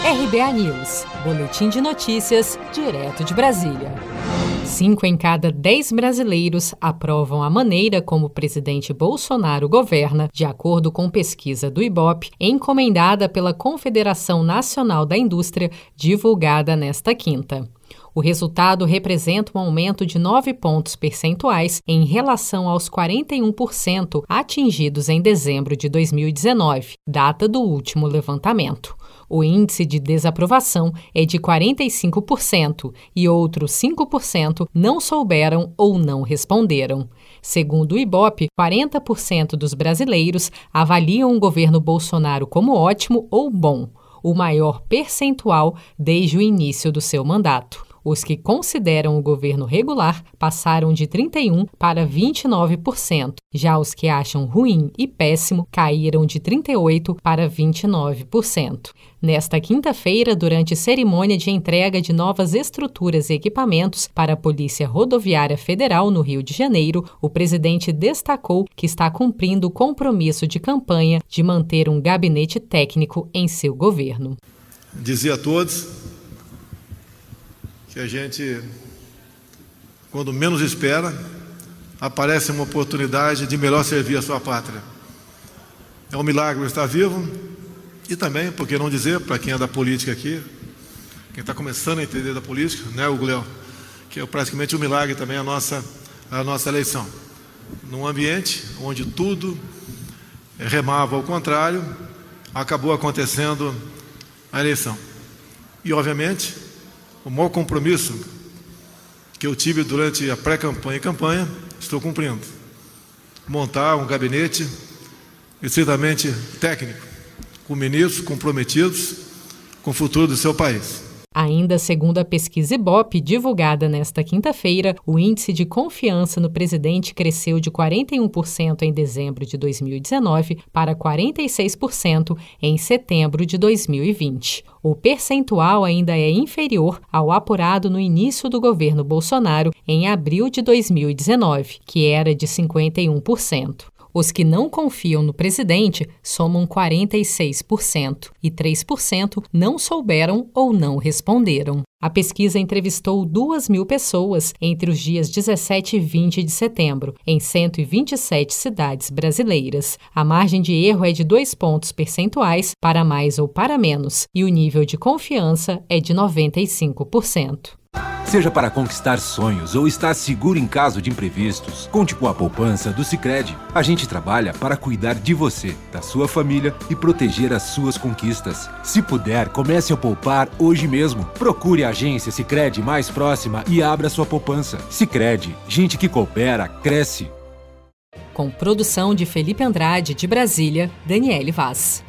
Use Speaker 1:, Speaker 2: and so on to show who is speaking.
Speaker 1: RBA News, boletim de notícias, direto de Brasília. 5 em cada 10 brasileiros aprovam a maneira como o presidente Bolsonaro governa, de acordo com pesquisa do Ibope, encomendada pela Confederação Nacional da Indústria, divulgada nesta quinta. O resultado representa um aumento de 9 pontos percentuais em relação aos 41% atingidos em dezembro de 2019, data do último levantamento. O índice de desaprovação é de 45% e outros 5% não souberam ou não responderam. Segundo o Ibope, 40% dos brasileiros avaliam o governo Bolsonaro como ótimo ou bom, o maior percentual desde o início do seu mandato. Os que consideram o governo regular passaram de 31% para 29%. Já os que acham ruim e péssimo caíram de 38% para 29%. Nesta quinta-feira, durante cerimônia de entrega de novas estruturas e equipamentos para a Polícia Rodoviária Federal no Rio de Janeiro, o presidente destacou que está cumprindo o compromisso de campanha de manter um gabinete técnico em seu governo.
Speaker 2: Dizia a todos que a gente, quando menos espera, aparece uma oportunidade de melhor servir a sua pátria. É um milagre estar vivo e também, por que não dizer, para quem é da política aqui, quem está começando a entender da política, né, Hugo Léo, que é praticamente um milagre também a nossa eleição. Num ambiente onde tudo remava ao contrário, acabou acontecendo a eleição. E, obviamente, o maior compromisso que eu tive durante a pré-campanha e campanha, estou cumprindo. Montar um gabinete estritamente técnico, com ministros comprometidos com o futuro do seu país.
Speaker 1: Ainda segundo a pesquisa Ibope, divulgada nesta quinta-feira, o índice de confiança no presidente cresceu de 41% em dezembro de 2019 para 46% em setembro de 2020. O percentual ainda é inferior ao apurado no início do governo Bolsonaro em abril de 2019, que era de 51%. Os que não confiam no presidente somam 46% e 3% não souberam ou não responderam. A pesquisa entrevistou 2.000 pessoas entre os dias 17 e 20 de setembro, em 127 cidades brasileiras. A margem de erro é de 2 pontos percentuais para mais ou para menos, e o nível de confiança é de 95%.
Speaker 3: Seja para conquistar sonhos ou estar seguro em caso de imprevistos, conte com a poupança do Sicredi. A gente trabalha para cuidar de você, da sua família e proteger as suas conquistas. Se puder, comece a poupar hoje mesmo. Procure a agência Sicredi mais próxima e abra sua poupança. Sicredi, gente que coopera, cresce.
Speaker 1: Com produção de Felipe Andrade, de Brasília, Daniele Vaz.